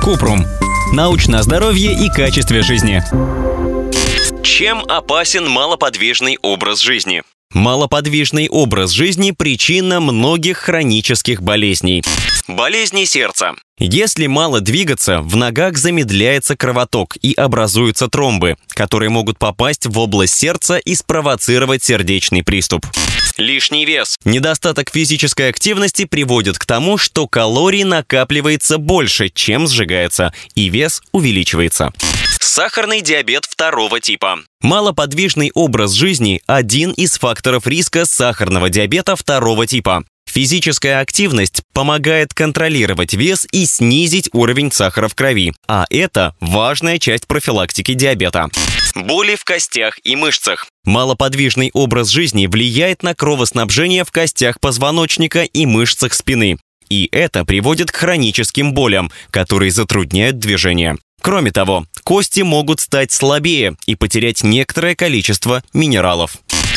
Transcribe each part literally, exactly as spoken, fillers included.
Купрум. Научное здоровье и качестве жизни. Чем опасен малоподвижный образ жизни? Малоподвижный образ жизни – причина многих хронических болезней. Болезни сердца. Если мало двигаться, в ногах замедляется кровоток и образуются тромбы, которые могут попасть в область сердца и спровоцировать сердечный приступ. Лишний вес. Недостаток физической активности приводит к тому, что калорий накапливается больше, чем сжигается, и вес увеличивается. Сахарный диабет второго типа. Малоподвижный образ жизни – один из факторов риска сахарного диабета второго типа. Физическая активность помогает контролировать вес и снизить уровень сахара в крови, а это важная часть профилактики диабета. Боли в костях и мышцах. Малоподвижный образ жизни влияет на кровоснабжение в костях позвоночника и мышцах спины, и это приводит к хроническим болям, которые затрудняют движение. Кроме того, кости могут стать слабее и потерять некоторое количество минералов.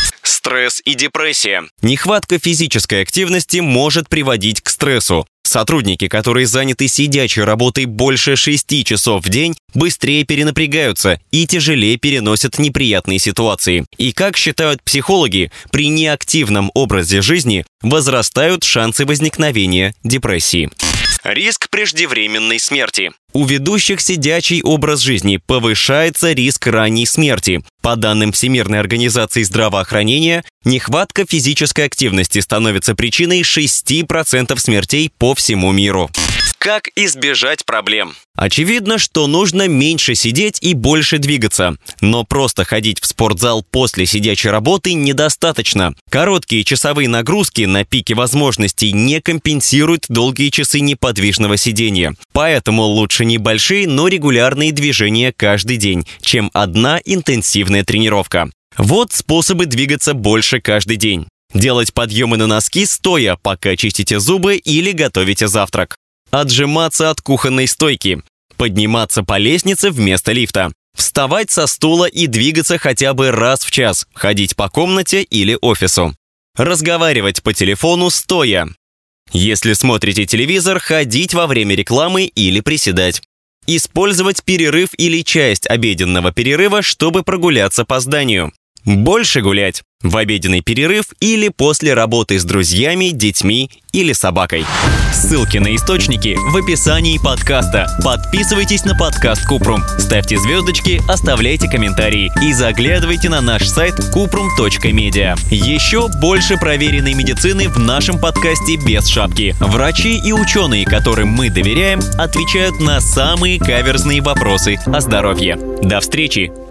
Стресс и депрессия. Нехватка физической активности может приводить к стрессу. Сотрудники, которые заняты сидячей работой больше шести часов в день, быстрее перенапрягаются и тяжелее переносят неприятные ситуации. И, как считают психологи, при неактивном образе жизни возрастают шансы возникновения депрессии. Риск преждевременной смерти. У ведущих сидячий образ жизни повышается риск ранней смерти. По данным Всемирной организации здравоохранения, нехватка физической активности становится причиной шести процентов смертей по всему миру. Как избежать проблем? Очевидно, что нужно меньше сидеть и больше двигаться. Но просто ходить в спортзал после сидячей работы недостаточно. Короткие часовые нагрузки на пике возможностей не компенсируют долгие часы неподвижного сидения. Поэтому лучше небольшие, но регулярные движения каждый день, чем одна интенсивная тренировка. Вот способы двигаться больше каждый день. Делать подъемы на носки стоя, пока чистите зубы или готовите завтрак. Отжиматься от кухонной стойки. Подниматься по лестнице вместо лифта. Вставать со стула и двигаться хотя бы раз в час. Ходить по комнате или офису. Разговаривать по телефону стоя. Если смотрите телевизор, ходить во время рекламы или приседать. Использовать перерыв или часть обеденного перерыва, чтобы прогуляться по зданию. Больше гулять. В обеденный перерыв или после работы с друзьями, детьми или собакой. Ссылки на источники в описании подкаста. Подписывайтесь на подкаст Купрум, ставьте звездочки, оставляйте комментарии и заглядывайте на наш сайт купрум точка медиа. Еще больше проверенной медицины в нашем подкасте без шапки. Врачи и ученые, которым мы доверяем, отвечают на самые каверзные вопросы о здоровье. До встречи